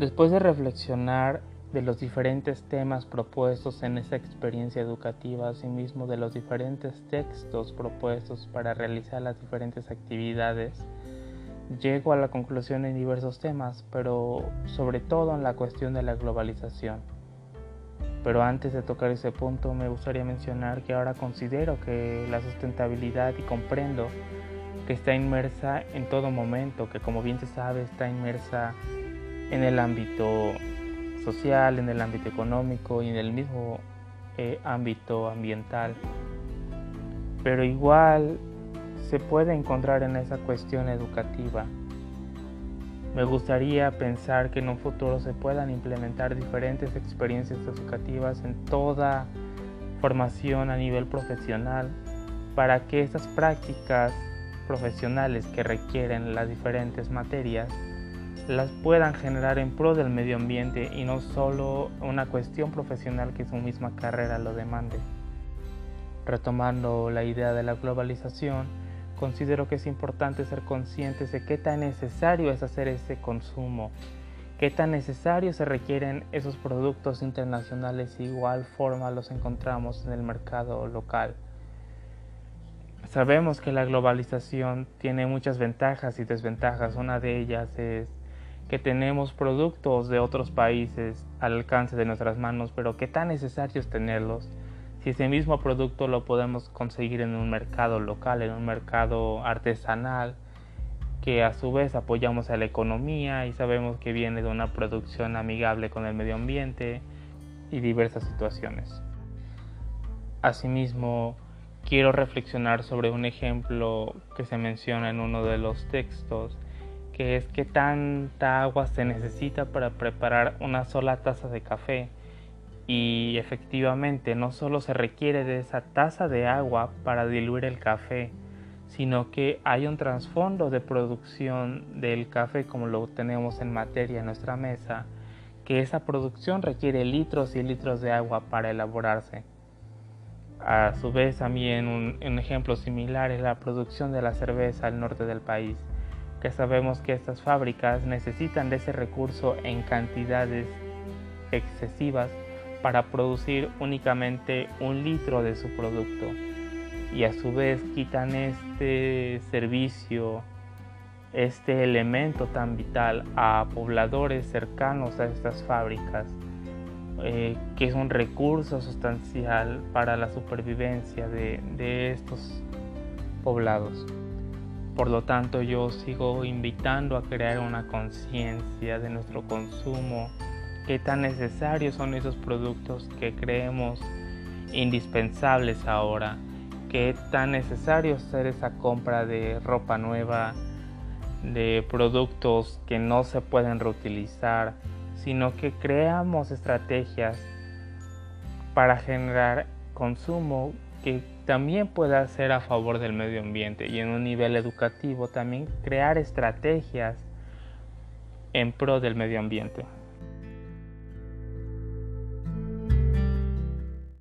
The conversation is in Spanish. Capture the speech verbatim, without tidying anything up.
Después de reflexionar de los diferentes temas propuestos en esta experiencia educativa, asimismo de los diferentes textos propuestos para realizar las diferentes actividades, llego a la conclusión en diversos temas, pero sobre todo en la cuestión de la globalización. Pero antes de tocar ese punto, me gustaría mencionar que ahora considero que la sustentabilidad, y comprendo que está inmersa en todo momento, que como bien se sabe está inmersa en el ámbito social, en el ámbito económico y en el mismo eh, ámbito ambiental. Pero igual se puede encontrar en esa cuestión educativa. Me gustaría pensar que en un futuro se puedan implementar diferentes experiencias educativas en toda formación a nivel profesional, para que estas prácticas profesionales que requieren las diferentes materias las puedan generar en pro del medio ambiente y no solo una cuestión profesional que su misma carrera lo demande. Retomando la idea de la globalización, considero que es importante ser conscientes de qué tan necesario es hacer ese consumo, qué tan necesario se requieren esos productos internacionales y de igual forma los encontramos en el mercado local. Sabemos que la globalización tiene muchas ventajas y desventajas. Una de ellas es que tenemos productos de otros países al alcance de nuestras manos, pero qué tan necesario es tenerlos si ese mismo producto lo podemos conseguir en un mercado local, en un mercado artesanal, que a su vez apoyamos a la economía y sabemos que viene de una producción amigable con el medio ambiente y diversas situaciones. Asimismo, quiero reflexionar sobre un ejemplo que se menciona en uno de los textos, que es qué tanta agua se necesita para preparar una sola taza de café. Y efectivamente no solo se requiere de esa taza de agua para diluir el café, sino que hay un trasfondo de producción del café, como lo tenemos en materia en nuestra mesa, que esa producción requiere litros y litros de agua para elaborarse. A su vez, también un, un ejemplo similar es la producción de la cerveza al norte del país, que sabemos que estas fábricas necesitan de ese recurso en cantidades excesivas para producir únicamente un litro de su producto, y a su vez quitan este servicio, este elemento tan vital a pobladores cercanos a estas fábricas, eh, que es un recurso sustancial para la supervivencia de, de estos poblados. Por lo tanto, yo sigo invitando a crear una conciencia de nuestro consumo, qué tan necesarios son esos productos que creemos indispensables ahora, qué tan necesario es hacer esa compra de ropa nueva, de productos que no se pueden reutilizar, sino que creamos estrategias para generar consumo que también pueda ser a favor del medio ambiente, y en un nivel educativo también crear estrategias en pro del medio ambiente.